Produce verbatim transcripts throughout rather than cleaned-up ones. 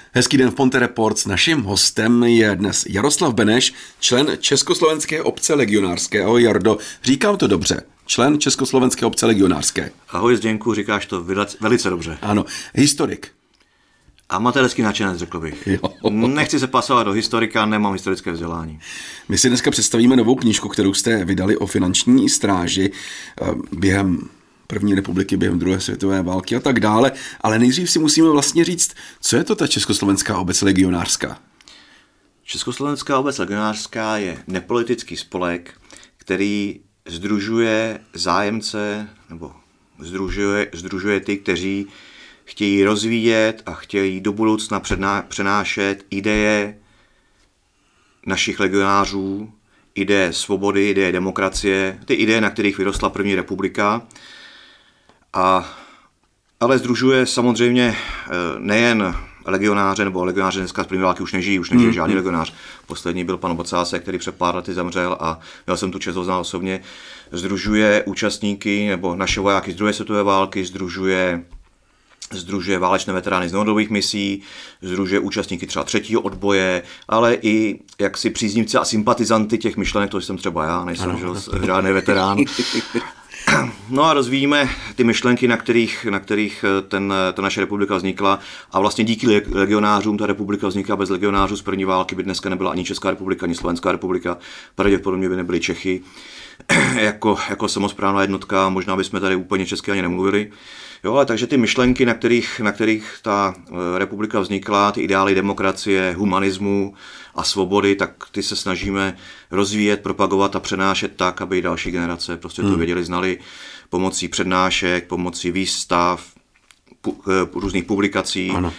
Hezký den v Ponte Reports. Naším hostem je dnes Jaroslav Beneš, člen Československé obce legionářské. Ahoj Jardo, říkám to dobře. Člen Československé obce legionářské. Ahoj Zděnku, říkáš to velice dobře. Ano, historik. Amatérský nadšenec, řekl bych. Jo. Nechci se pasovat do historika, nemám historické vzdělání. My si dneska představíme novou knížku, kterou jste vydali o finanční stráži během první republiky, během druhé světové války a tak dále, ale nejdřív si musíme vlastně říct, co je to ta Československá obec legionářská? Československá obec legionářská je nepolitický spolek, který sdružuje zájemce, nebo sdružuje, sdružuje ty, kteří chtějí rozvíjet a chtějí do budoucna předná, přenášet ideje našich legionářů, ideje svobody, ideje demokracie, ty ideje, na kterých vyrostla první republika. A, ale sdružuje samozřejmě nejen legionáře, nebo legionáře dneska z první války už nežijí, už nežije mm. žádný legionář. Poslední byl pan Bocásek, který před pár lety zemřel a měl jsem tu čest ho znát osobně. Sdružuje účastníky, nebo naše vojáky z druhé světové války, sdružuje Sdružuje válečné veterány z novodobých misí, sdružuje účastníky třeba třetího odboje, ale i jaksi příznivci a sympatizanty těch myšlenek, to jsem třeba já, nejsem žádný veterán. No a rozvíjíme ty myšlenky, na kterých, na kterých ten, ta naše republika vznikla a vlastně díky legionářům ta republika vznikla. Bez legionářů z první války by dneska nebyla ani Česká republika, ani Slovenská republika, pravděpodobně by nebyly Čechy jako, jako samosprávná jednotka, možná bychom tady úplně česky ani nemluvili. Jo, ale takže ty myšlenky, na kterých, na kterých ta republika vznikla, ty ideály demokracie, humanismu a svobody, tak ty se snažíme rozvíjet, propagovat a přenášet tak, aby další generace prostě to věděli, znali pomocí přednášek, pomocí výstav, pu, různých publikací. Ano.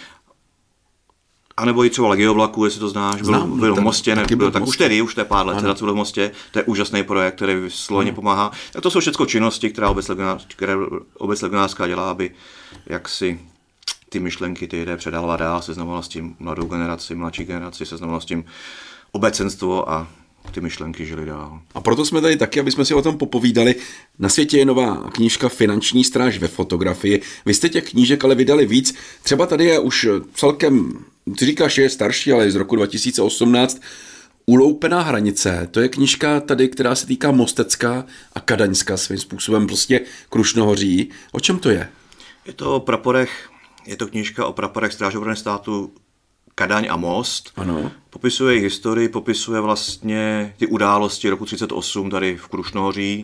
A nebo i třeba Legiovlaku, jestli to znáš, byl, Znám, byl v Mostě, ne, byl, tak Mostě. už tedy, už to je pár let, teda co byl v Mostě, to je úžasný projekt, který vysloveně pomáhá. Tak to jsou všechno činnosti, která obec, legionář, které obec legionářská dělá, aby jaksi ty myšlenky, ty ideje předávala dál, seznamovala s tím mladou generaci, mladší generaci, seznamovala s tím obecenstvo a ty myšlenky žily dál. A proto jsme tady taky, aby jsme si o tom popovídali. Na světě je nová knížka Finanční stráž ve fotografii. Vy jste těch knížek ale vydali víc. Třeba tady je už celkem, ty říkáš, že je starší, ale je z roku dva tisíce osmnáct. Uloupená hranice, to je knížka tady, která se týká Mostecka a Kadaňska svým způsobem, prostě Krušnohoří. O čem to je? Je to o praporech, je to knížka o praporech Stráže obrany státu Kadaň a Most. Ano. Popisuje jejich historii, popisuje vlastně ty události roku třicet osm tady v Krušnohoří,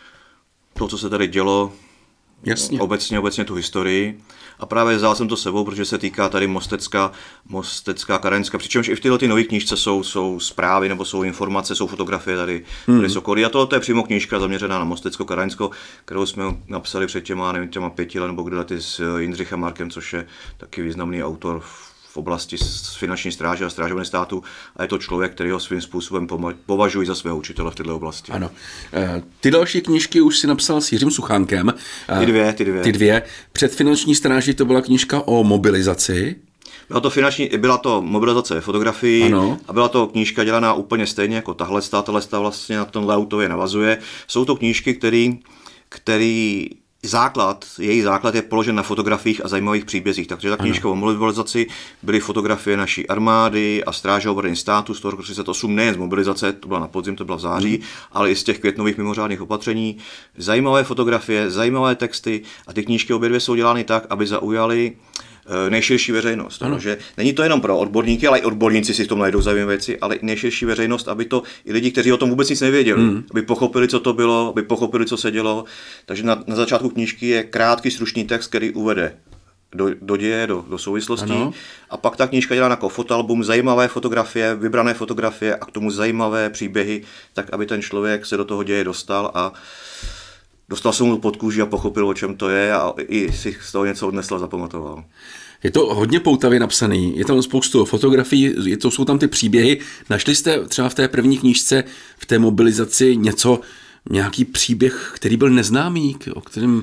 to, co se tady dělo, Jasně. obecně, obecně tu historii. A právě vzal jsem to sebou, protože se týká tady Mostecka, Mostecka, Kadaňska, přičemž i v této nové knížce jsou, jsou zprávy nebo jsou informace, jsou fotografie tady, hmm. tady Sokolí. A to, to je přímo knížka zaměřená na Mostecko, Kadaňsko, kterou jsme napsali před těma, nevím, těma pěti let nebo kdy lety s Jindřichem Markem, což je taky významný autor v oblasti finanční stráže a stráže obrany státu a je to člověk, který ho svým způsobem považuji za svého učitele v této oblasti. Ano. Ty další knížky už si napsal s Jiřím Suchánkem. Ty dvě, ty dvě. Ty dvě. Před finanční stráží to byla knížka o mobilizaci. Byla to, finanční, byla to mobilizace ve fotografii. Ano. A byla to knížka dělaná úplně stejně jako tahle, tahle vlastně na tom layoutově navazuje. Jsou to knížky, který, který základ, její základ je položen na fotografiích a zajímavých příbězích. Takže ta knížka ano. o mobilizaci byly fotografie naší armády a Stráže obrany státu z toho roku třicet osm, nejen z mobilizace, to byla na podzim, to byla v září, mm. ale i z těch květnových mimořádných opatření. Zajímavé fotografie, zajímavé texty a ty knížky obě dvě jsou dělány tak, aby zaujaly nejširší veřejnost. Že není to jenom pro odborníky, ale i odborníci si v tom najdou zajímavé věci, ale i nejširší veřejnost, aby to i lidi, kteří o tom vůbec nic nevěděli, mm. aby pochopili, co to bylo, aby pochopili, co se dělo. Takže na, na začátku knížky je krátký, stručný text, který uvede do, do děje, do, do souvislostí. Ano. A pak ta knížka dělá jako fotoalbum, zajímavé fotografie, vybrané fotografie a k tomu zajímavé příběhy, tak aby ten člověk se do toho děje dostal a dostal se mu pod kůži a pochopil, o čem to je a i si z toho něco odnesl a zapamatoval. Je to hodně poutavě napsaný, je tam spoustu fotografií, je to, jsou tam ty příběhy. Našli jste třeba v té první knížce, v té mobilizaci něco, nějaký příběh, který byl neznámý, o kterém...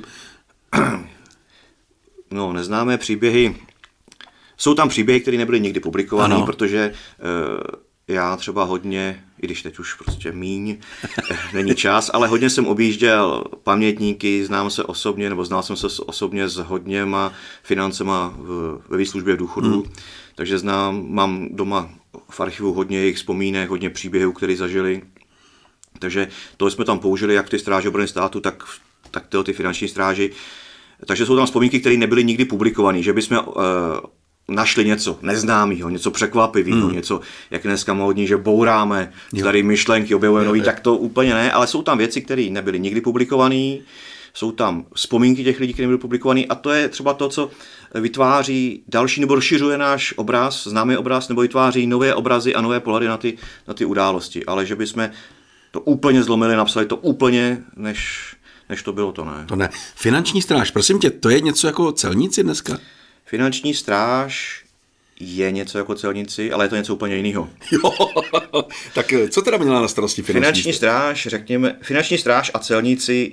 No, neznámé příběhy. Jsou tam příběhy, které nebyly nikdy publikované, protože já třeba hodně, i když teď už prostě míň, není čas, ale hodně jsem objížděl pamětníky, znám se osobně, nebo znal jsem se osobně s hodněma financema ve výslužbě důchodu, hmm. takže znám, mám doma v archivu hodně jejich vzpomínek, hodně příběhů, které zažili. Takže to jsme tam použili, jak ty stráže obrany státu, tak, tak tyhle ty finanční stráži. Takže jsou tam vzpomínky, které nebyly nikdy publikované, že bychom uh, našli něco neznámého, něco překvapivého, hmm. něco, jak dneska módní, že bouráme staré myšlenky, objevujeme nový, tak to úplně ne, ale jsou tam věci, které nebyly nikdy publikované, jsou tam vzpomínky těch lidí, které nebyly publikované a to je třeba to, co vytváří další nebo rozšiřuje náš obraz, známý obraz, nebo vytváří nové obrazy a nové pohledy na ty, na ty události, ale že bychom to úplně zlomili, napsali to úplně, než, než to bylo, to ne. To ne. Finanční stráž, prosím tě, to je něco jako celníci dneska? Finanční stráž je něco jako celníci, ale je to něco úplně jiného. Jo, tak co teda měla na starosti finanční, finanční stráž? Řekněme, finanční stráž a celníci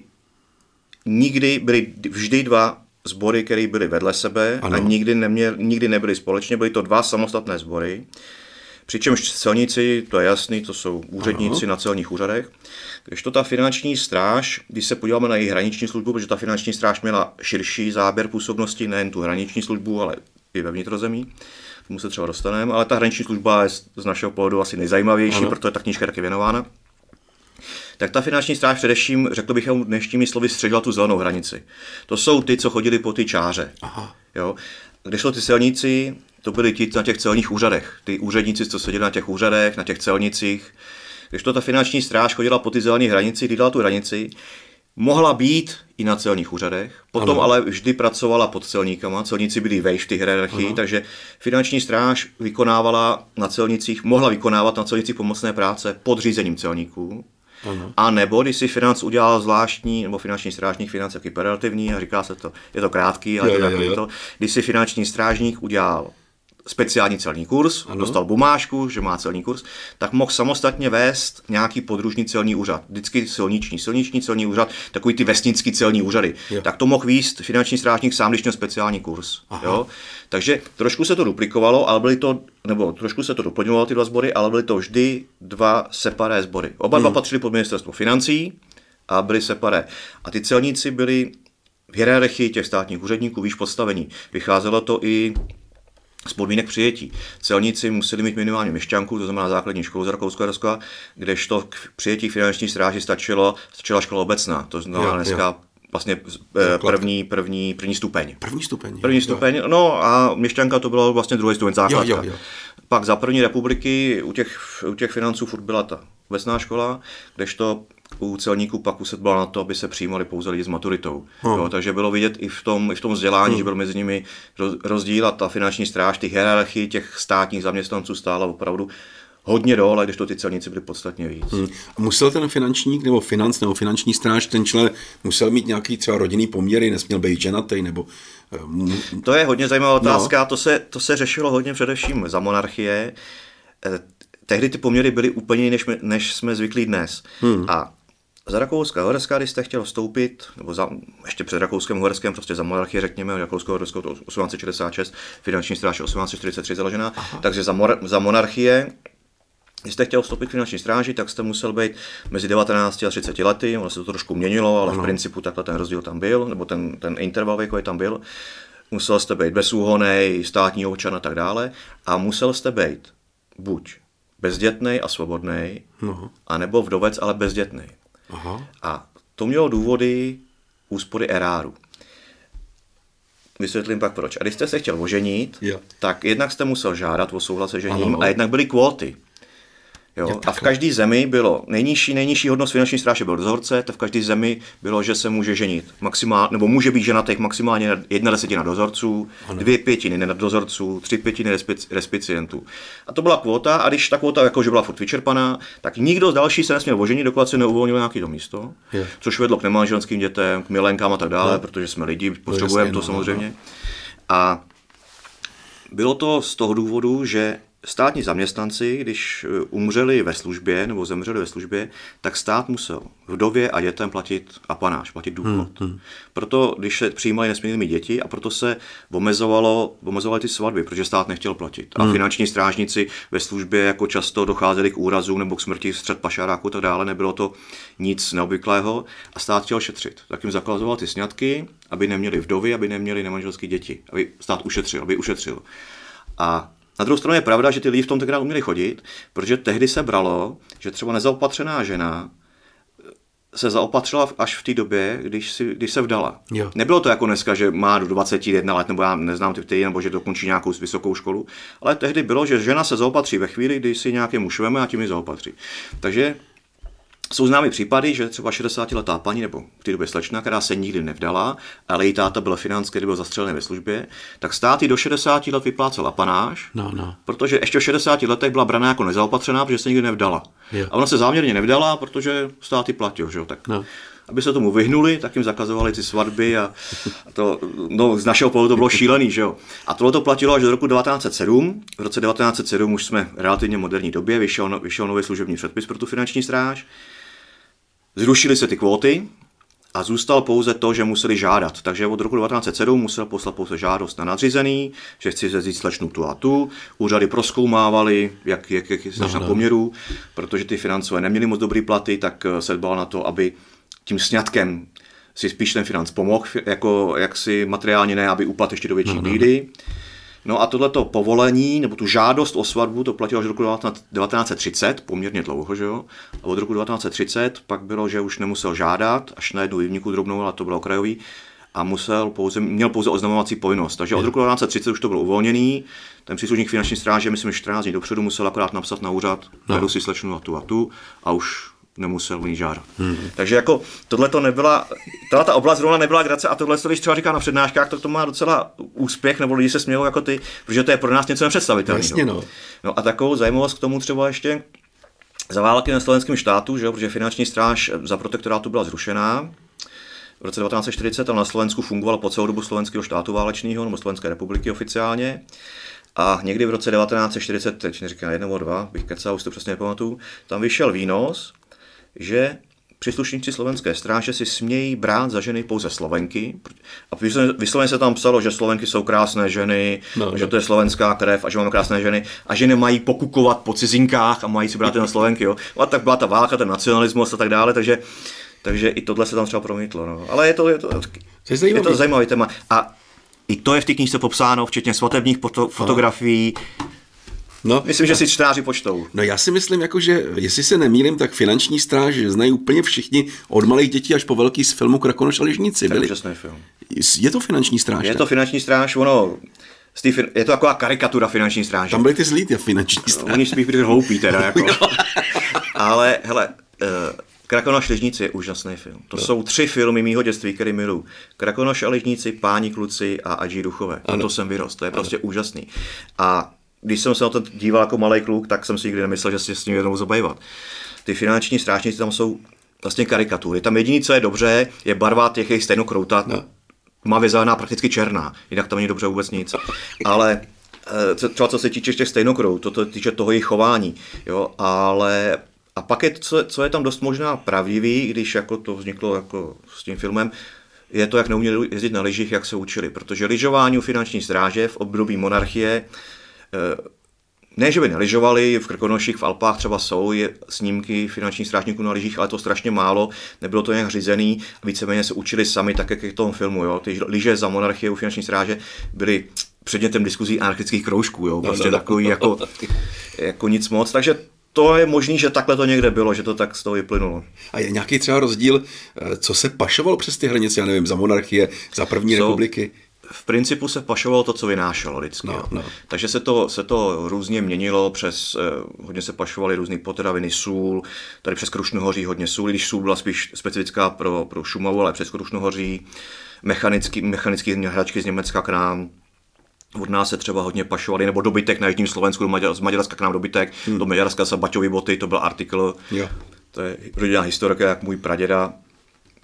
nikdy byly vždy dva sbory, které byly vedle sebe ano. a nikdy, neměl, nikdy nebyly společně, byly to dva samostatné sbory. Přičemž celníci, to je jasný, to jsou úředníci ano. na celních úřadech. Když to ta finanční stráž, když se podíváme na její hraniční službu, protože ta finanční stráž měla širší záběr působnosti, nejen tu hraniční službu, ale i ve vnitrozemí, k tomu se třeba dostaneme, ale ta hraniční služba je z našeho pohledu asi nejzajímavější, ano. protože ta knížka je taky věnována. Tak ta finanční stráž především, řekl bych dnešními slovy, střežila tu zelenou hranici. To jsou ty, co chodili po ty čáře. Aha. Jo? Když šlo ty celníci, to byli ti na těch celních úřadech. Ty úředníci, co seděli na těch úřadech, na těch celnicích. Když to ta finanční stráž chodila po ty zelené hranici, hlídala tu hranici, mohla být i na celních úřadech, potom ano. ale vždy pracovala pod celníkama, celníci byli vejš v té hierarchii, ano. takže finanční stráž vykonávala na celnicích, mohla vykonávat na celnicích pomocné práce pod řízením celníků. Ano. A nebo když si financ udělal zvláštní, nebo finanční strážník, financ jaký operativní, a říká se to, je to krátký, ale jo, jo, jo. to, když si finanční strážník udělal speciální celní kurz, ano. dostal bumášku, že má celní kurz, tak mohl samostatně vést nějaký podružný celní úřad. Vždycky silniční, silniční celní úřad, takový ty vesnický celní úřady. Jo. Tak to mohl vést finanční strážník sám, když měl speciální kurz. Jo? Takže trošku se to duplikovalo, ale byly to, nebo trošku se to doplňovalo ty dva sbory, ale byly to vždy dva separé sbory. Oba dva hmm. patřili pod ministerstvo financí a byly separé. A ty celníci byli v hierarchii těch státních úředníků výš postavení. Vycházelo to i z podmínek přijetí. Celníci museli mít minimálně měšťanku, to znamená základní školu z Rakouska, kdežto k přijetí finanční stráži stačilo, stačila škola obecná. To znamená jo, dneska jo. vlastně první, první, první stupeň. První stupeň. První stupeň, jo. no a měšťanka to bylo vlastně druhý stupeň základka. Jo, jo, jo. Pak za první republiky u těch, u těch financů furt byla ta obecná škola, kdežto u celníků pak uset byla na to, aby se přijímali pouze lidi s maturitou. Hmm. Jo, takže bylo vidět i v tom, i v tom vzdělání, hmm. že byl mezi nimi rozdíl a ta finanční stráž, ty hierarchii těch státních zaměstnanců stála opravdu hodně dole, když to ty celníci byly podstatně víc. Hmm. A musel ten finančník nebo financ nebo finanční stráž, ten člen musel mít nějaký třeba rodinný poměry, nesměl být ženatý nebo... To je hodně zajímavá otázka, no. to, se, to se řešilo hodně především za monarchie. Tehdy ty poměry byly úplně než, než jsme zvyklí dnes. Hmm. A za Rakouska Uherska, když jste chtěl vstoupit, nebo za, ještě před Rakouskem Uherskem, prostě za monarchie, řekněme, Rakousko Uhersko to osmnáct set šedesát šest, finanční stráž osmnáct set čtyřicet tři založená, Aha. takže za, mor, za monarchie, když jste chtěl vstoupit finanční stráži, tak jste musel být mezi devatenácti a třiceti lety, ono se to trošku měnilo, ale ano. v principu takhle ten rozdíl tam byl, nebo ten, ten interval věkový tam byl. Musel jste být bezúhonný, státní občan a tak dále, a musel jste být buď bezdětnej a svobodnej, no. anebo vdovec, ale bezdětnej. Aha. A to mělo důvody úspory eráru. Vysvětlím pak proč. A když jste se chtěl oženit, jo. tak jednak jste musel žádat o souhlas se žením a jednak byly kvóty. Jo? A v každé zemi bylo nejnižší, nejnižší hodnost finanční stráže byl dozorce, to v každé zemi bylo, že se může ženit maximálně, nebo může být ženatých maximálně jedna desetina dozorců, ano. dvě pětiny nad dozorců, tři pětiny respic, respicientů. A to byla kvóta, a když ta kvóta jakože byla furt vyčerpaná, tak nikdo z další se nesměl oženit, dokud se neuvolnilo nějaký to místo, je. což vedlo k nemanželským dětem, k milenkám a tak dále, no. protože jsme lidi, potřebujeme to, to samozřejmě. No. A bylo to z toho důvodu, že státní zaměstnanci, když umřeli ve službě nebo zemřeli ve službě, tak stát musel vdově a dětem platit apanáž, platit důchod. Hmm, hmm. Proto, když se přijímali nesměli mít děti a proto se omezovalo, omezovaly ty svatby, protože stát nechtěl platit. A hmm. finanční strážníci ve službě jako často docházeli k úrazům nebo k smrti střed pašáráků a tak dále, nebylo to nic neobvyklého a stát chtěl šetřit. Tak jim zakazoval ty sňatky, aby neměli vdovy, aby neměli nemanželské děti, aby stát ušetřil, aby ušetřil. A na druhou stranu je pravda, že ty lidi v tom tenkrát uměli chodit, protože tehdy se bralo, že třeba nezaopatřená žena se zaopatřila až v té době, když, si, když se vdala. Jo. Nebylo to jako dneska, že má do dvacet jedna let, nebo já neznám ty vtedy, nebo že dokončí nějakou vysokou školu, ale tehdy bylo, že žena se zaopatří ve chvíli, kdy si nějaké muž veme a tím ji zaopatří. Takže jsou známy případy, že třeba šedesátiletá paní nebo v té době slečna, která se nikdy nevdala, ale její táta byl financ, který byl zastřelený ve službě, tak stát jí do šedesáti let vyplácel apanáž, no, no. protože ještě v šedesáti letech byla braná jako nezaopatřená, protože se nikdy nevdala. Jo. A ona se záměrně nevdala, protože stát jí platil, že jo, tak. No. Aby se tomu vyhnuli, tak jim zakazovali ty svatby a, a to, no, z našeho pohledu to bylo šílený, že jo. A tohle to platilo až do roku devatenáct set sedm. V roce devatenáct set sedm už jsme v relativně moderní době, vyšel, vyšel nový služební předpis pro tu finanční stráž. Zrušily se ty kvóty a zůstal pouze to, že museli žádat. Takže od roku devatenáct set sedm musel poslat pouze žádost na nadřízený, že chci vzít slečnu tu a tu. Úřady prozkoumávali, jak, jak, jak je slečna no, poměru, protože ty financové neměly moc dobrý platy, tak se dbal na to, aby tím sňatkem si spíš ten financ pomohl, jako jaksi materiálně ne, aby upad ještě do větší no, bídy. No a tohleto povolení, nebo tu žádost o svatbu, to platilo až do roku devatenáct set třicet, poměrně dlouho, že jo? A od roku devatenáct set třicet pak bylo, že už nemusel žádat, až na jednu výjimku drobnou, ale to bylo okrajový, a musel pouze, měl pouze oznamovací povinnost. Takže od roku devatenáct set třicet už to bylo uvolněný, ten příslušník finanční stráže, myslím, čtrnáct dní dopředu musel akorát napsat na úřad, vedu no. si slečnu a tu a tu, a už nemusel o ní žádat. Hmm. Takže jako tohle to nebyla, tato ta oblast zrovna nebyla grace a tohle, když třeba říká na přednáškách, tak to má docela úspěch, nebo lidi se smějou jako ty, protože to je pro nás něco nepředstavitelného. No. no a takovou zajímavost k tomu třeba ještě za války na slovenském štátu, že jo, protože finanční stráž za protektorátu byla zrušená. V roce devatenáct set čtyřicet na Slovensku fungovala po celou dobu slovenského štátu válečného, nebo Slovenské republiky oficiálně. A někdy v roce devatenáct set čtyřicet, teď neříkám jedno nebo dva, bych kecal, už to přesně nepamatuju, tam vyšel výnos, že příslušníci slovenské stráže si smějí brát za ženy pouze Slovenky. A vysloveně se tam psalo, že Slovenky jsou krásné ženy, no, že to je slovenská krev a že máme krásné ženy a ženy mají pokukovat po cizinkách a mají si brát na Slovenky. Jo. A tak byla ta válka, ten nacionalismus a tak dále, takže, takže i tohle se tam třeba promítlo. No. Ale je to, je to, je to, je to zajímavý téma. A i to je v té knížce popsáno, včetně svatebních foto, fotografií. No, myslím, že si čtenáři počtou. No já si myslím, jako, že jestli se nemýlím, tak finanční stráž znají úplně všichni od malých dětí až po velký z filmu Krakonoš a Ližníci. To je úžasný film. Je to finanční stráž? Je tak? to finanční stráž, ono, je to taková karikatura finanční stráže. Tam byly ty zlí, ty finanční stráž. Oni spíš byli hloupí teda, jako. Ale hele, uh, Krakonoš a Ližníci je úžasný film. To no. jsou tři filmy mýho dětství, které miluju. Krakonoš a Ližníci, Páni kluci a Adží duchové. To jsem vyrost, to je prostě ano. úžasný. A když jsem se na to díval jako malý kluk, tak jsem si nikdy nemyslel, že si s ním jednou zabývat. Ty finanční strážníci tam jsou vlastně karikatury. Tam jediné, co je dobře, je barva těch jejich stejnokrouta. No. Tmavě zelená, prakticky černá. Jinak tam není dobře vůbec nic. Ale třeba co se týče těch stejnokrout, to se týče toho jejich chování. Jo? Ale a pak je, co, co je tam dost možná pravdivý, když jako to vzniklo jako s tím filmem, je to, jak neuměli jezdit na lyžích, jak se učili. Protože lyžování u finanční stráže v období monarchie, ne, že by nelyžovali, v Krkonoších, v Alpách třeba jsou je snímky finančních strážníků na lyžích, ale to strašně málo, nebylo to nějak řízený, víceméně se učili sami, tak jak je v tom filmu. Jo. Ty lyže za monarchie u finanční stráže byly předmětem diskuzí anarchických kroužků, jo. Prostě no, no, takový no, jako, jako nic moc, takže to je možný, že takhle to někde bylo, že to tak z toho vyplynulo. A je nějaký třeba rozdíl, co se pašovalo přes ty hranice, já nevím, za monarchie, za první so, republiky? V principu se pašovalo to, co vynášelo vždycky. No, no. Takže se to, se to různě měnilo přes, eh, hodně se pašovaly různé potraviny, sůl, tady přes Krušnohoří hodně sůl, když sůl byla spíš specifická pro, pro Šumavu, ale přes Krušnohoří, mechanický, mechanický hračky z Německa k nám, od nás se třeba hodně pašovali, nebo dobytek na jižním Slovensku, z Maďarska k nám dobytek, hmm. do Maďarska se baťový boty, to byl artikl, jo. To je rodinná historka, jak můj praděda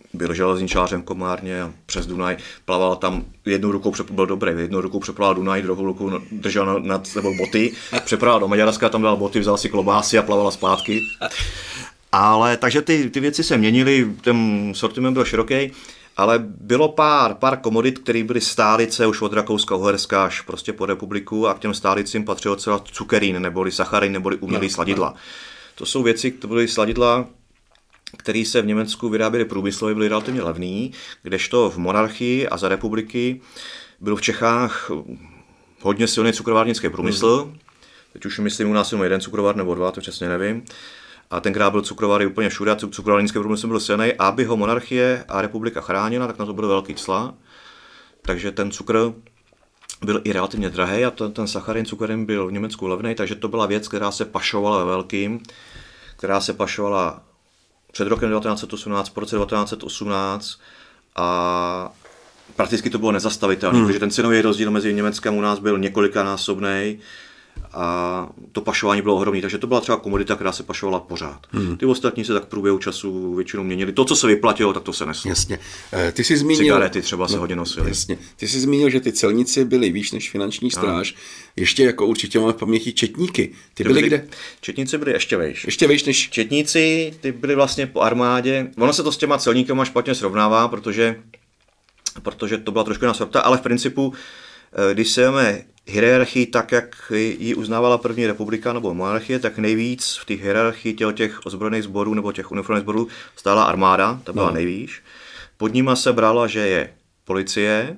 byl železničářem v Komárně a přes Dunaj plaval tam, jednou rukou byl dobrý, jednou rukou přeplaval Dunaj, druhou rukou držel nad sebou boty, přeplaval do Maďarska, tam dal boty, vzal si klobásy a plavala zpátky. Ale takže ty, ty věci se měnily, ten sortiment byl široký, ale bylo pár, pár komodit, které byly stálice už od Rakouska, Uherska až prostě po republiku a k těm stálicím patřilo celá cukerín, neboli sacharin, neboli umělý no, sladidla. No. To jsou věci, to byly sladidla, které se v Německu vyráběly průmyslově, byly relativně levný, kdežto v monarchii a za republiky byl v Čechách hodně silný cukrovárnický průmysl. Mm. Teď už myslím, u nás jenom jeden cukrovar nebo dva, to přesně nevím. A tenkrát byl cukrovary úplně všude, cukrovárnický průmysl byl silný, a aby ho monarchie a republika chránila, tak na to byly velký cla. Takže ten cukr byl i relativně drahý a ten, ten sacharin, cukerin byl v Německu levný, takže to byla věc, která se pašovala ve velkým, která se pašovala před rokem devatenáct set osmnáct, po roce devatenáct set osmnáct a prakticky to bylo nezastavitelné, hmm. protože ten cenový rozdíl mezi Německem u nás byl několikanásobný a to pašování bylo ohromné, takže to byla třeba komodita, která se pašovala pořád. Hmm. Ty ostatní se tak v průběhu času většinou měnili. To, co se vyplatilo, tak to se neslo. Jasně. Ty jsi zmínil... Cigarety třeba se no, hodně nosily. Jasně. Ty jsi zmínil, že ty celníci byli výš než finanční stráž. No. Ještě jako určitě máme v paměti četníky. Ty byli, byli kde? Četníci byli ještě vejš. Ještě vejš než... Četníci, ty byli vlastně po armádě. Ono se to s těma celníkama špatně srovnává, protože, protože to byla trošku jiná sorta, ale v principu, když se jdeme hierarchii tak, jak ji uznávala první republika nebo monarchie, tak nejvíc v té hierarchii těch ozbrojených sborů nebo těch uniformních sborů stála armáda, ta byla no. nejvýš. Pod nima se brala, že je policie,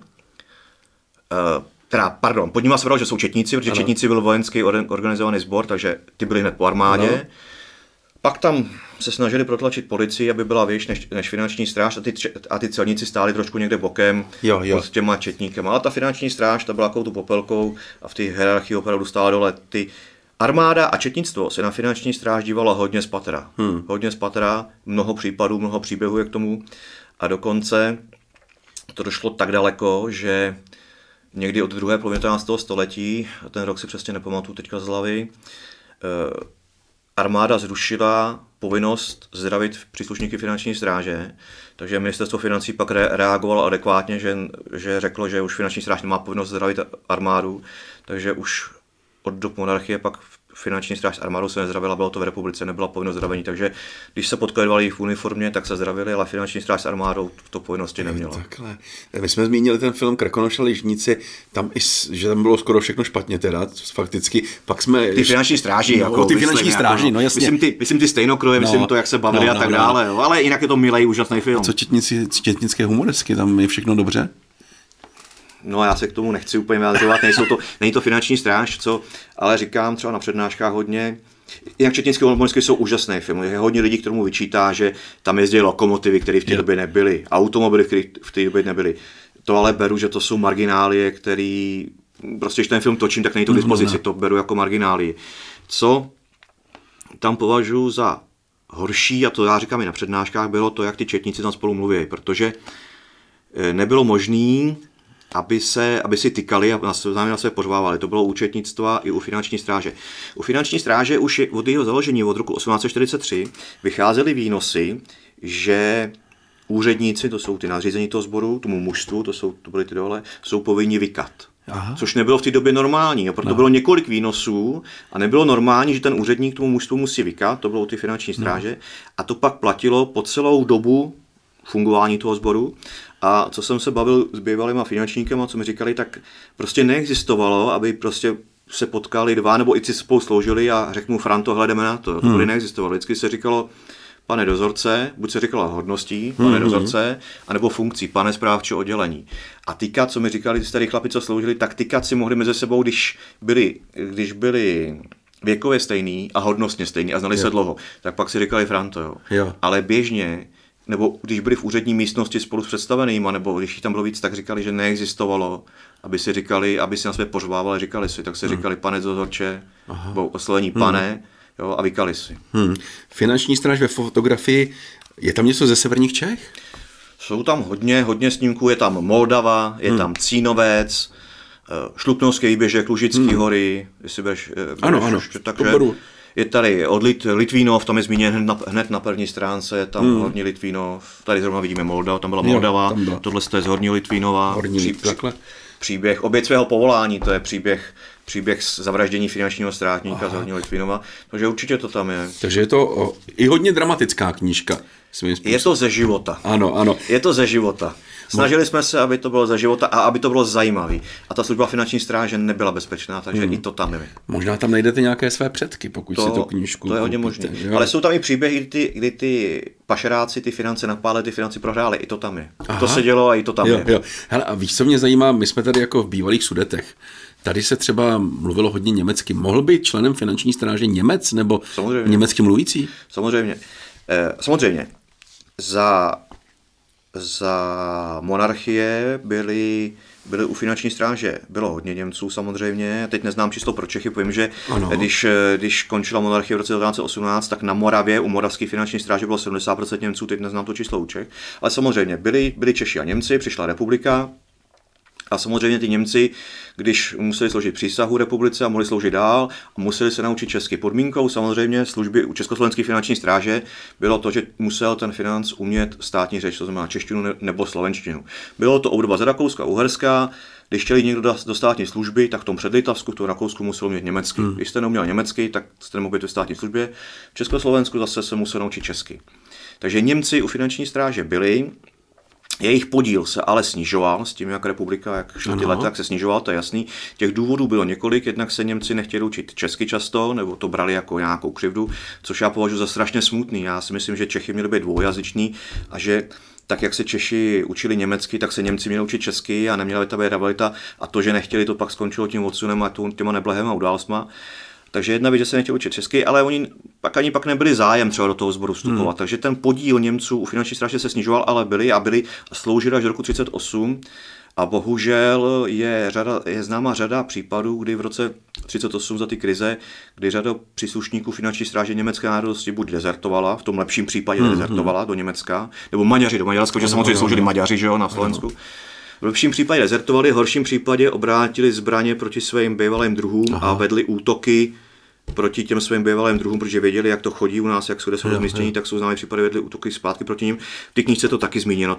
teda, pardon, pod nima se bralo, že jsou četníci, protože ano. četníci byl vojenský organizovaný sbor, takže ty byli hned po armádě. Ano. Pak tam se snažili protlačit policii, aby byla výš než, než finanční stráž a ty, a ty celníci stáli trošku někde bokem jo, jo. pod těma četníkem. Ale ta finanční stráž, ta byla takovou tu popelkou a v té hierarchii opravdu stála dole. Ty armáda a četnictvo se na finanční stráž dívalo hodně spatra. Hmm. Hodně spatra, mnoho případů, mnoho příběhů je k tomu a dokonce to došlo tak daleko, že někdy od druhé poloviny devatenáctého století, ten rok si přesně nepamatuju teďka z hlavy, eh, armáda zrušila povinnost zdravit příslušníky finanční stráže, takže ministerstvo financí pak re- reagovalo adekvátně, že, že řeklo, že už finanční stráž nemá povinnost zdravit armádu, takže už od dob monarchie pak finanční stráž s armádou se nezdravila, bylo to v republice, nebyla povinnost zdravení, takže když se potkávali v uniformě, tak se zdravili, ale finanční stráž s armádou to povinnosti neměla. Takhle. My jsme zmínili ten film Krkonoš a Ližníci, tam i, že tam bylo skoro všechno špatně teda, fakticky. Pak jsme... Ty finanční stráži, no, jako. Ty finanční myslím, stráži, jako, no jasně. Myslím ty, myslím ty stejnokroje, no, myslím to, jak se bavili no, no, a tak no, dále, no. ale jinak je to milý, úžasný film. A co četnici, četnické humoresky, tam je všechno dobře? No já se k tomu nechci úplně vyjadřovat, nejsou to, není to finanční stráž, co, ale říkám třeba na přednáškách hodně, jak četnické humoresky jsou úžasné filmy, je hodně lidí, k tomu vyčítá, že tam jezdí lokomotivy, které v té době nebyly, automobily, které v té době nebyly. To ale beru, že to jsou marginálie, který, prostě když ten film točím, tak není to k dispozici, to beru jako marginálie. Co tam považuji za horší, a to já říkám i na přednáškách, bylo to, jak ty četníci tam spolu mluví, protože nebylo možné, aby, se, aby si tykali a na sebe pořvávali. To bylo u účetnictva i u finanční stráže. U finanční stráže už je, od jeho založení od roku osmnáct set čtyřicet tři vycházely výnosy, že úředníci, to jsou ty nadřízení toho sboru, tomu mužstvu, to, jsou, to byly ty dole, jsou povinni vykat. Aha. Což nebylo v té době normální, a proto no. bylo několik výnosů a nebylo normální, že ten úředník tomu mužstvu musí vykat, to bylo u ty finanční stráže, no. a to pak platilo po celou dobu fungování toho sboru. A co jsem se bavil s bývalýma finančníkama, co mi říkali, tak prostě neexistovalo, aby prostě se potkali dva, nebo i si spolu sloužili a řeknu, Franto, hledeme na to. To hmm. neexistovalo. Vždycky se říkalo, pane dozorce, buď se říkalo hodností, pane hmm. dozorce, anebo funkcí, pane správčího oddělení. A tykat, co mi říkali ty starý chlapi, co sloužili, tak tykat si mohli mezi sebou, když byli, když byli věkově stejný a hodnostně stejný a znali jo. se dlouho, tak pak si říkali Franto, jo. jo. Ale běžně, nebo když byli v úřední místnosti spolu s představenýma, nebo když jich tam bylo víc, tak říkali, že neexistovalo, aby si říkali, aby si na sebe pořvávali, říkali si, tak se hmm. říkali pane dozorče, nebo oslovení hmm. pane, jo, a vykali si. Hmm. Finanční stráž ve fotografii, je tam něco ze severních Čech? Jsou tam hodně, hodně snímků, je tam Moldava, je hmm. tam Cínovec, Šluknovský výběžek, Lužický hmm. hory, jestli budeš, ano, ano, takže Je tady od Lit, Litvínov, tam je zmíněn hned na, hned na první stránce, tam hmm. Horní Litvínov, tady zrovna vidíme Moldava, tam byla Moldava, jo, tam byla. Tohle je z Horního Litvínova, Horní pří, pří, příběh oběť svého povolání, to je příběh, příběh zavraždění finančního strážníka z Horního Litvínova, takže určitě to tam je. Takže je to o, i hodně dramatická knížka. Je to ze života. Ano, ano. Je to ze života. Snažili jsme se, aby to bylo ze života a aby to bylo zajímavé. A ta služba finanční stráže nebyla bezpečná, takže hmm. i to tam je. Možná tam najdete nějaké své předky, pokud to, si tu knížku To je hodně možné. Ale jsou tam i příběhy, kdy ty, kdy ty pašeráci ty finance napálili, ty finance prohráli. I to tam je. Aha. To se dělo a i to tam jo, je. Jo. Hele, a víš, co mě zajímá? My jsme tady jako v bývalých Sudetech. Tady se třeba mluvilo hodně německy. Mohl být členem finanční stráže Němec nebo samozřejmě. Německy mluvící? Samozřejmě. Eh, samozřejmě. Za, za monarchie byli, byli u finanční stráže, bylo hodně Němců samozřejmě, teď neznám číslo pro Čechy, povím, že když, když končila monarchie v roce devatenáct set osmnáct, tak na Moravě u moravské finanční stráže bylo sedmdesát procent Němců, teď neznám to číslo u Čech, ale samozřejmě byli, byli Češi a Němci, přišla republika. A samozřejmě ty Němci, když museli složit přísahu republice a mohli sloužit dál, museli se naučit česky. Podmínkou samozřejmě služby u Československé finanční stráže bylo to, že musel ten financ umět státní řeč, to znamená češtinu nebo slovenštinu. Bylo to obdoba za Rakouska, Uherska. Když chtěli někdo do státní služby, tak v tom předlitavsku, v tom Rakousku musel mít německy. Hmm. Když jste neuměl německy, tak jste nemohl být ve státní službě. V Československu zase se musel naučit česky. Takže Němci u finanční stráže byli. Jejich podíl se ale snižoval s tím, jak republika, jak šly ty leta, jak se snižoval, to je jasný. Těch důvodů bylo několik, jednak se Němci nechtěli učit česky často, nebo to brali jako nějakou křivdu, což já považuji za strašně smutný. Já si myslím, že Čechy měli být dvoujazyční a že tak, jak se Češi učili německy, tak se Němci měli učit česky a neměla by ta být rivalita. A to, že nechtěli, to pak skončilo tím odsunem a těma neblahýma událostma. Takže jedna věc, že se nechtěli učit česky, ale oni pak ani pak nebyli zájem třeba do toho sboru vstupovat. Hmm. Takže ten podíl Němců u finanční stráže se snižoval, ale byli a byli a sloužili až do roku třicet osm. A bohužel je, řada, je známá řada případů, kdy v roce třicet osm za ty krize, kdy řada příslušníků finanční stráže německé národnosti buď dezertovala, v tom lepším případě hmm. dezertovala do Německa, nebo Maďaři do Maďarska, protože samozřejmě sloužili Maďaři, že jo, na Slovensku. V lepším případě dezertovali, v horším případě obrátili zbraně proti svým bývalým druhům Aha. a vedli útoky proti těm svým bývalým druhům, protože věděli, jak to chodí u nás, jak jsou jsou rozmístění, tak jsou známé případy, vedli útoky zpátky proti ním. V té knížce to taky zmíněno,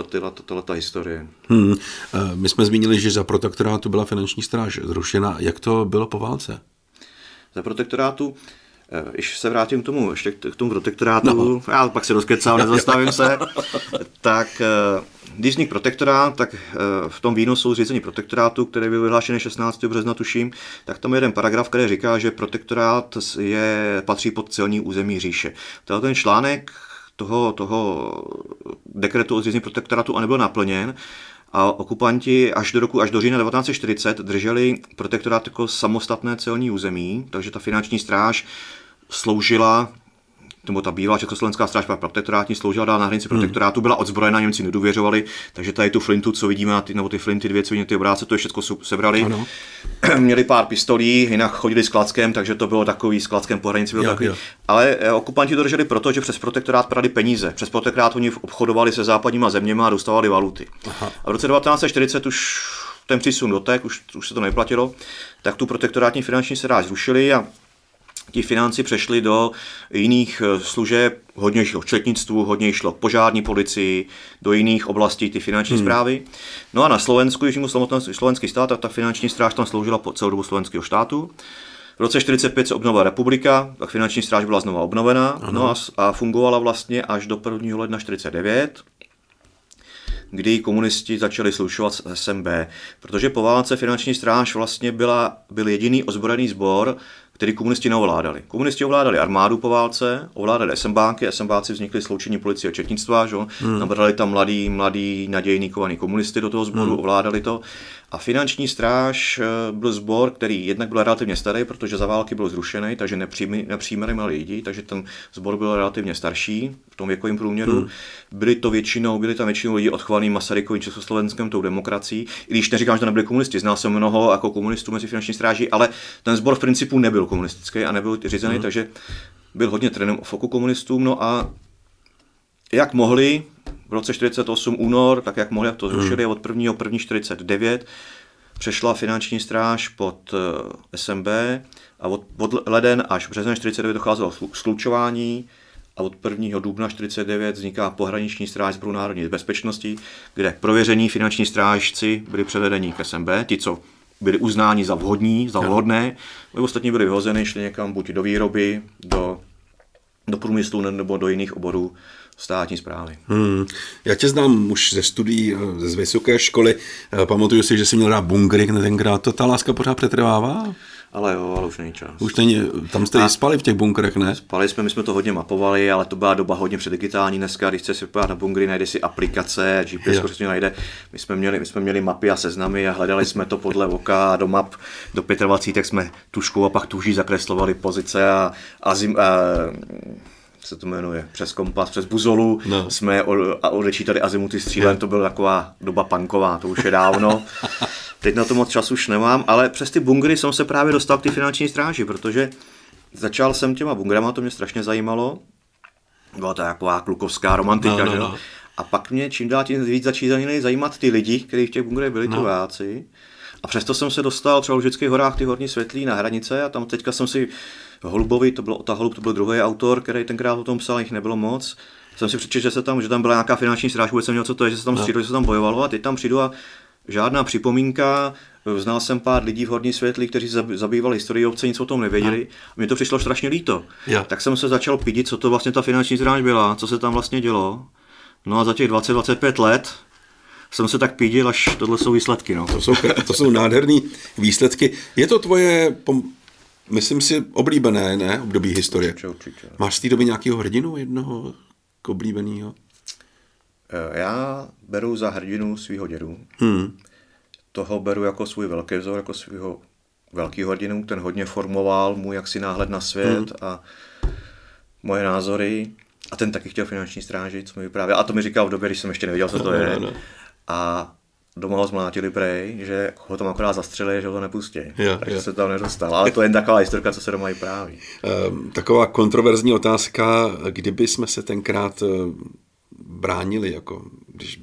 ta historie. Hmm. My jsme zmínili, že za protektorátu byla finanční stráž zrušena. Jak to bylo po válce? Za protektorátu, když se vrátím k tomu, ještě k tomu protektorátu, no. já pak se rozkecám, nezastavím se, tak když vznikl protektorát, tak v tom výnosu zřízení protektorátu, který byl vyhlášený šestnáctého března, tuším, tak tam je jeden paragraf, který říká, že protektorát je, patří pod celní území říše. Tenhle ten článek toho, toho dekretu o zřízení protektorátu nebyl naplněn a okupanti až do roku, až do října devatenáct set čtyřicet drželi protektorát jako samostatné celní území, takže ta finanční stráž sloužila, nebo ta bývalá československá stráž protektorátní sloužila dál na hranici protektorátu, byla odzbrojena, Němci nedůvěřovali, takže tady tu flintu, co vidíme, ty, nebo ty flinty dvě, co vidíme, ty obráce, to je všechno sebrali. Ano. Měli pár pistolí, jinak chodili s klackem, takže to bylo takový, s klackem po hranici bylo jo, takový. Jo. Ale okupanti to drželi proto, že přes protektorát prali peníze. Přes protektorát oni obchodovali se západníma zeměma a dostávali valuty. Aha. A v roce devatenáct set čtyřicet už ten přísun dotek, už, už se to neplatilo, tak tu protektorátní finanční stráž zrušili a ti financi přešli do jiných služeb, hodně šlo k četnictvu, hodně šlo k požární policii, do jiných oblastí ty finanční hmm. správy. No a na Slovensku, když mu slovenský stát, tak ta finanční stráž tam sloužila po celou dobu slovenského státu. V roce čtyřicet pět se obnovila republika, tak finanční stráž byla znova obnovena no a, a fungovala vlastně až do prvního ledna čtyřicet devět, kdy komunisti začali slušovat s S M B, protože po válce finanční stráž vlastně byla, byl jediný ozbrojený sbor, který komunisti neovládali. Komunisti ovládali armádu po válce, ovládali SMBáky, SMBáci vznikly sloučení policie a četnictva, že? Hmm. Nabrali tam mladý, mladý, nadějný, kovaný komunisty do toho sboru, hmm. ovládali to. A finanční stráž byl sbor, který jednak byl relativně starý, protože za války byl zrušený, takže nepřijímali malí lidi, takže ten sbor byl relativně starší v tom věkovém průměru. Hmm. Byli to většinou, byli tam většinou lidi odchovaný Masarykovým Československem, tou demokracií. I když neříkám, že to nebyli komunisti, znal jsem mnoho jako komunistů mezi finanční stráží, ale ten sbor v principu nebyl komunistický a nebyl řízený, hmm. takže byl hodně trenem v oku komunistům. No a jak mohli v roce čtyřicet osm únor, tak jak mohli, jak to zrušili, hmm. od prvního prvního čtyřicet devět přešla finanční stráž pod S M B a od, od leden až březen čtyřicet devět docházelo k slučování a od prvního dubna čtyřicet devět vzniká pohraniční stráž Sboru národní bezpečnosti, kde prověření finanční strážci byli převedeni k S M B, ti, co byli uznáni za vhodní, za vhodné, no. Ostatní byli vyhozeny, šli někam buď do výroby, do, do průmyslu nebo do jiných oborů státní správy. Hmm. Já tě znám už ze studií, z vysoké školy. Pamatuju si, že jsi měl rád bunkry tenkrát. To ta láska pořád přetrvává? Ale jo, ale už není čas. Už není, tam jste i spali v těch bunkrech, ne? Spali jsme, my jsme to hodně mapovali, ale to byla doba hodně předdigitální. Dneska, když chceš si podívat na bunkry, najde si aplikace, G P S prostě najde. My jsme, měli, my jsme měli mapy a seznamy a hledali jsme to podle oka a do map do dvacet pět, tak jsme tuškou a pak tuží zakreslovali pozice a, a, zim, a se to jmenuje, přes kompas, přes buzolu, no. Jsme odečítali azimuty střílem, no. To byla taková doba punková, to už je dávno. Teď na to moc času už nemám, ale přes ty bunkry jsem se právě dostal k té finanční stráži, protože začal jsem těma bunkrama, to mě strašně zajímalo. Byla to taková klukovská romantika, no, no, že no. A pak mě čím dál tím víc začínaly zajímat ty lidi, kteří v těch bunkrech byli, no. Ty vojáci. A přesto jsem se dostal třeba v Lužických horách, ty horní Světlí na hranice a tam teďka jsem si Holubovi, to byl Ota Holub, to byl druhý autor, který tenkrát o tom psal, jich nebylo moc. Jsem si přečetl, že se tam, že tam byla nějaká finanční stráž, vůbec jsem měl, co to je, že se tam no. střídalo, že se tam bojovalo a teď tam přijdu a žádná připomínka, znal jsem pár lidí v Horní Světlí, kteří zabývali historii obce, nic o tom nevěděli. No. Mně to přišlo strašně líto. Ja. Tak jsem se začal pídit, co to vlastně ta finanční stráž byla, co se tam vlastně dělo. No a za těch dvacet dvacet pět let jsem se tak pídil, až tohle jsou výsledky. No. To jsou, to jsou nádherný výsledky. Je to tvoje, myslím si, oblíbené, ne, období historie? Určitě, určitě. Máš z té doby nějakého hrdinu, jednoho oblíbeného? Já beru za hrdinu svýho dědu. Hmm. Toho beru jako svůj velký vzor, jako svýho velkého hrdinu. Ten hodně formoval můj jaksi náhled na svět hmm. a moje názory. A ten taky chtěl finanční stráži, co mi vyprávěl. A to mi říkal v době, když jsem ještě nevěděl, co to no, je. No, no. A doma ho zmlátili prej, že ho tam akorát zastřelili, že ho to nepustí. Jo, takže jo. se tam nedostal. Ale to je jen taková historka, co se doma vypráví. Um, taková kontroverzní otázka, kdyby jsme se tenkrát bránili, jako když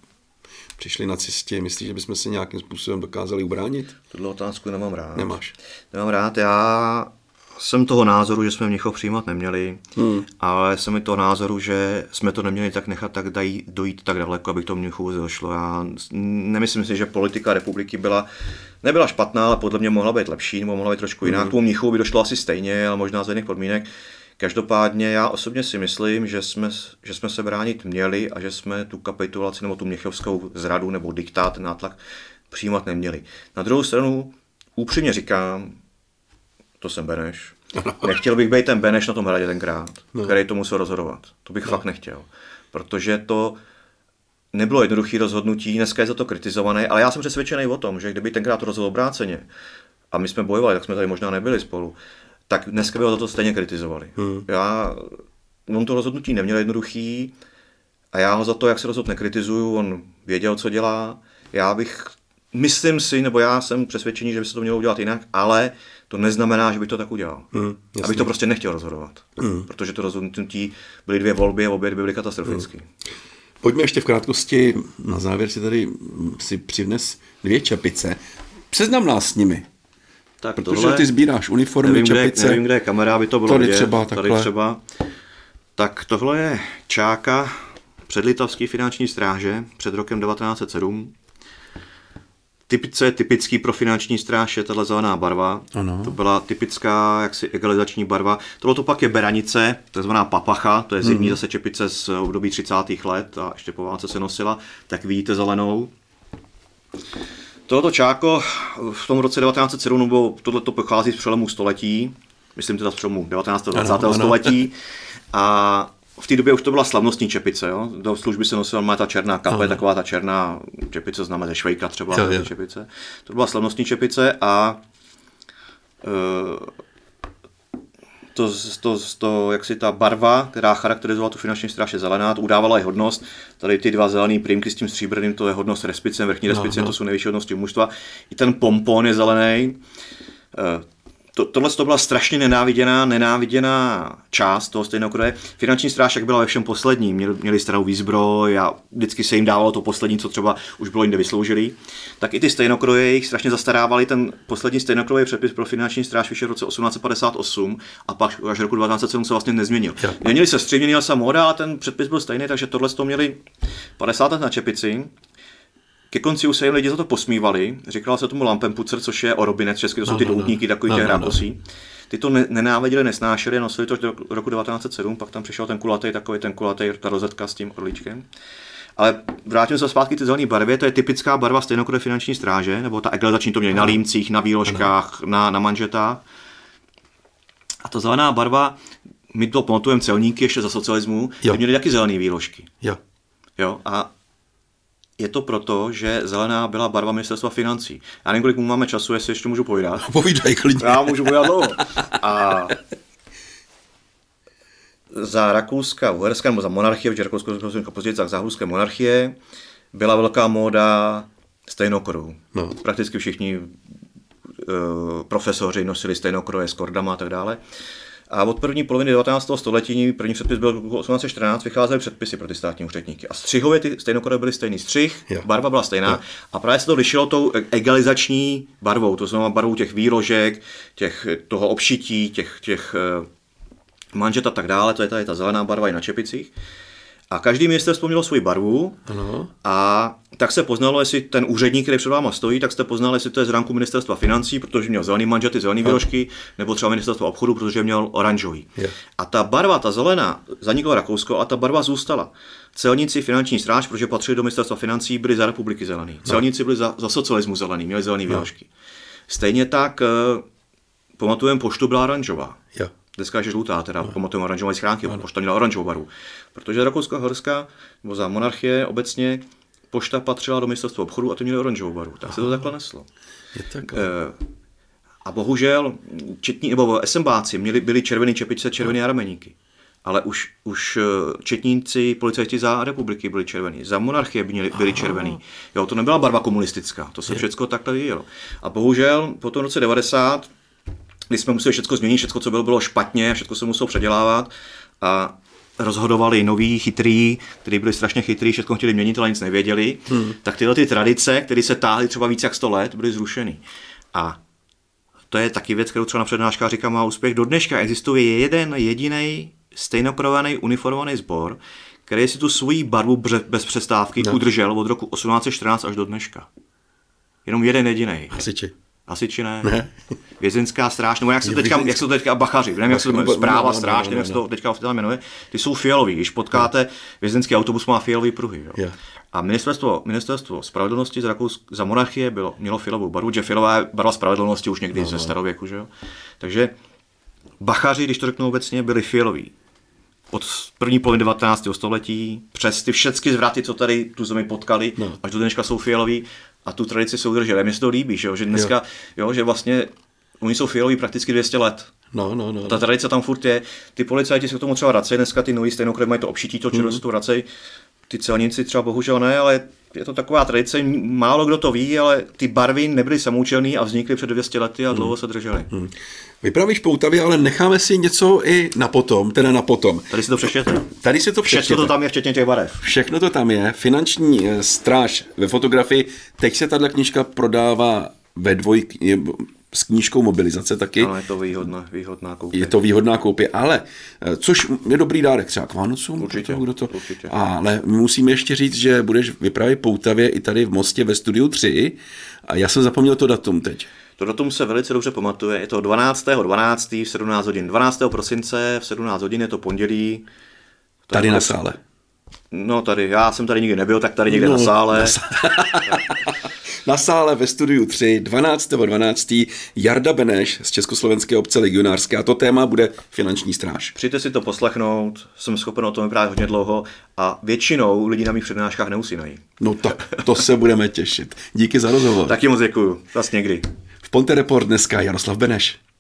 přišli nacisti, myslíš, že bychom se nějakým způsobem dokázali ubránit? Tuhle otázku nemám rád. Nemáš? Nemám rád, já jsem toho názoru, že jsme Mnichov přijímat neměli, hmm. ale jsem i toho názoru, že jsme to neměli tak nechat tak dají, dojít tak daleko, aby to Mnichovu došlo. Já nemyslím si, že politika republiky byla, nebyla špatná, ale podle mě mohla být lepší, nebo mohla být trošku jinak. Hmm. Tomu Mnichovu by došlo asi stejně, ale možná z jiných podmínek. Každopádně já osobně si myslím, že jsme, že jsme se bránit měli a že jsme tu kapitulaci nebo tu mnichovskou zradu nebo diktát, nátlak přijímat neměli. Na druhou stranu upřímně říkám, to jsem Beneš, nechtěl bych být ten Beneš na tom hradě tenkrát, no. který to musel rozhodovat. To bych no. fakt nechtěl, protože to nebylo jednoduché rozhodnutí, dneska je za to kritizované, ale já jsem přesvědčený o tom, že kdyby tenkrát to rozhodl obráceně a my jsme bojovali, tak jsme tady možná nebyli spolu, tak dneska by ho za to stejně kritizovali. Hmm. Já, on to rozhodnutí neměl jednoduchý a já ho za to, jak se rozhodl, nekritizuju, on věděl, co dělá. Já bych, myslím si, nebo já jsem přesvědčený, že by se to mělo udělat jinak, ale to neznamená, že bych to tak udělal. Hmm, abych to prostě nechtěl rozhodovat. Hmm. Protože to rozhodnutí byly dvě volby a obě by byly katastrofické. Hmm. Pojďme ještě v krátkosti, na závěr si tady si přivnes dvě čepice. Seznam nás s nimi. Tak protože tohle, ty sbíráš uniformy, nevím, čepice. Kde, nevím, kde je kamera, aby to bylo tady vidět. Třeba, tady třeba. Tak tohle je čáka předlitavské finanční stráže před rokem devatenáct set sedm. Typice, typický pro finanční stráž je tato zelená barva. Ano. To byla typická jaksi egalizační barva. Tohle to pak je beranice, takzvaná papacha, to je zimní hmm. zase čepice z období třicátých let a ještě po válce se nosila, tak vidíte zelenou. Tohoto čáko v tom roce devatenáct set sedm, nebo tohleto pochází z přelomu století, myslím teda z přelomu devatenáctého dvacátého století, a v té době už to byla slavnostní čepice, jo? Do služby se nosila má ta černá kape, ano. taková ta černá čepice, známe ze Švejka třeba, jo, jo. čepice. To byla slavnostní čepice a uh, to, to, to, jak si ta barva, která charakterizovala tu finanční stráž, je zelená, to udávala i hodnost. Tady ty dva zelený prýmky s tím stříbrným, to je hodnost respicem, vrchní respicem, no, no. to jsou nejvyšší hodnosti mužstva. I ten pompon je zelený. to, tohle to byla strašně nenáviděná, nenáviděná část toho stejnokroje. Finanční stráž jak byla ve všem poslední, měli, měli starou výzbroj a vždycky se jim dávalo to poslední, co třeba už bylo jinde vysloužilý. Tak i ty stejnokroje jich strašně zastarávali. Ten poslední stejnokrojový předpis pro finanční stráž vyšel v roce osmnáct set padesát osm a pak až roku devatenáct set sedm se vlastně nezměnil. Měnili se střih, měnila se móda, ale ten předpis byl stejný, takže tohle to měli padesát let na čepici. Ke konci už se jim lidi za to posmívali, říkalo se tomu lampenpucer, což je orobinec, česky to jsou no, ty doutníky, no, takový no, těch no, hrákosí. No. Ty to nenáviděli, nesnášeli, nosili to do roku devatenáct set sedm, pak tam přišel ten kulatý, takový ten kulatý, ta rozetka s tím orlíčkem. Ale vrátím se zpátky ty zelené barvě, to je typická barva stejnokroje finanční stráže, nebo ta egalizační to měli na límcích, na výložkách, na, na manžetách. A ta zelená barva, my to pamatujeme celníky ještě za socialismu, ty měli taky zelené výložky. Jo. Jo, a je to proto, že zelená byla barva ministerstva financí. Já nevím, kolik mu máme času, jestli ještě můžu povídat. Povídaj, klidně. Já můžu povídat dlouho. A za Rakouska, Uherska, nebo za monarchie, protože Rakousko později za záhluské monarchie, byla velká móda stejnokrojů. No. Prakticky všichni uh, profesoři nosili stejnokroje s kordama a tak dále. A od první poloviny devatenáctého století, první předpis byl v osmnáct set čtrnáct, vycházely předpisy pro ty státní úředníky. A střihově ty stejnokroje byly stejný střih, jo. Barva byla stejná jo. A právě se to lišilo tou egalizační barvou, to znamená barvou těch výložek, těch, toho obšití, těch, těch manžet a tak dále, to je tady ta zelená barva i na čepicích. A každý ministerstvo mělo svou barvu ano. A tak se poznalo, jestli ten úředník, který před váma stojí, tak jste poznali, jestli to je z ranku ministerstva financí, protože měl zelený manžety, zelený výložky, nebo třeba ministerstvo obchodu, protože měl oranžový. Je. A ta barva, ta zelená, zaniklo Rakousko a ta barva zůstala. Celníci, finanční stráž, protože patřili do ministerstva financí, byli za republiky zelený. Celníci byli za, za socialismu zelený, měli zelený výložky. Stejně tak pamatujeme, poštu byla oranžová. Je. Dneska je žlutá, teda pamatujeme oranžové schránky, pošta měla oranžovou barvu. Protože Rakousko-Horská, nebo za monarchie obecně, pošta patřila do ministerstva obchodu a to měli oranžovou barvu. Tak se to takhle neslo. Je tak. E, a bohužel četní, nebo SMBáci měli, byli červený čepičce, červený rameníky. Ale už, už četníci, policajti za republiky byli červený. Za monarchie byli, byli červený. Jo, to nebyla barva komunistická. To se všechno takhle vyjelo. A bohužel po tom roce devadesát, kdy jsme museli všechno změnit, všechno, co bylo, bylo špatně, všechno se muselo předělávat a rozhodovali noví, chytrý, kteří byli strašně chytrý, všechno chtěli měnit, ale nic nevěděli, hmm. tak tyhle ty tradice, které se táhly třeba víc jak sto let, byly zrušeny. A to je taky věc, kterou třeba na přednáškách říkám, má úspěch. Do dneška existuje jeden jediný stejnokrojovaný uniformovaný sbor, který si tu svoji barvu bez přestávky no. udržel od roku osmnáct set čtrnáct až do dneška. Jenom jeden jediný. Hasiči. Hasiči ne. ne. Vězeňská stráž, nebo jak se, teďka, jak se to teďka bachaři, nevím, jak se to jmenuje, správa, stráž, nevím, jak se to teďka oficiálně jmenuje, ty jsou fialový, když potkáte, vězeňský autobus má fialový pruhy. Jo. Yeah. A ministerstvo, ministerstvo spravedlnosti z Rakouska, za monarchie bylo, mělo fialovou barvu, že fialová je barva spravedlnosti už někdy no, ze starověku, že jo. Takže bachaři, když to řeknu obecně, byli fialoví. Od první poloviny devatenáctého století, přes ty všechny zvraty, co tady tu zemi potkali, no. až do dneška jsou fialoví. A tu tradici se udrželi. Mně se to líbí, že, jo? že dneska, jo. Jo, že vlastně oni jsou fialoví prakticky dvě stě let. No, no, no. Ta tradice tam furt je. Ty policajti se k tomu třeba vracejí, dneska ty nový stejnokroje mají to obšití, to červené mm. se to vracejí. Ty celníci třeba bohužel ne, ale je to taková tradice, málo kdo to ví, ale ty barvy nebyly samoučelné a vznikly před dvě stě lety a mm. dlouho se držely. Mm. Vypravíš poutavě, ale necháme si něco i na potom, teda na potom. Tady si to přečtěte. Tady si to přečtěte. Všechno to tam je, včetně těch barev. Všechno to tam je. Finanční stráž ve fotografii. Teď se tato knížka prodává ve dvoj s knížkou Mobilizace taky. Ano, je to výhodná, výhodná koupě. Je to výhodná koupě, ale což je dobrý dárek třeba k Vánocům. Určitě, kdo to, určitě. Ale musíme ještě říct, že budeš vyprávět poutavě i tady v Mostě ve studiu tři. A já jsem zapomněl to datum teď. To datum se velice dobře pamatuje. Je to dvanáctého dvanáctého v sedmnáct hodin. dvanáctého prosince v sedmnáct hodin je to pondělí. To tady na sále. No tady, já jsem tady nikdy nebyl, tak tady někde no, na sále. Na sále. Na sále ve studiu tři, dvanáctého dvanáctého Jarda Beneš z Československé obce legionářské a to téma bude finanční stráž. Přijďte si to poslechnout, jsem schopen o tom vyprávět hodně dlouho a většinou lidi na mých přednáškách neusínají. No tak, to se budeme těšit. Díky za rozhovor. Taky moc děkuju, zas někdy. V Ponte Report dneska Jaroslav Beneš.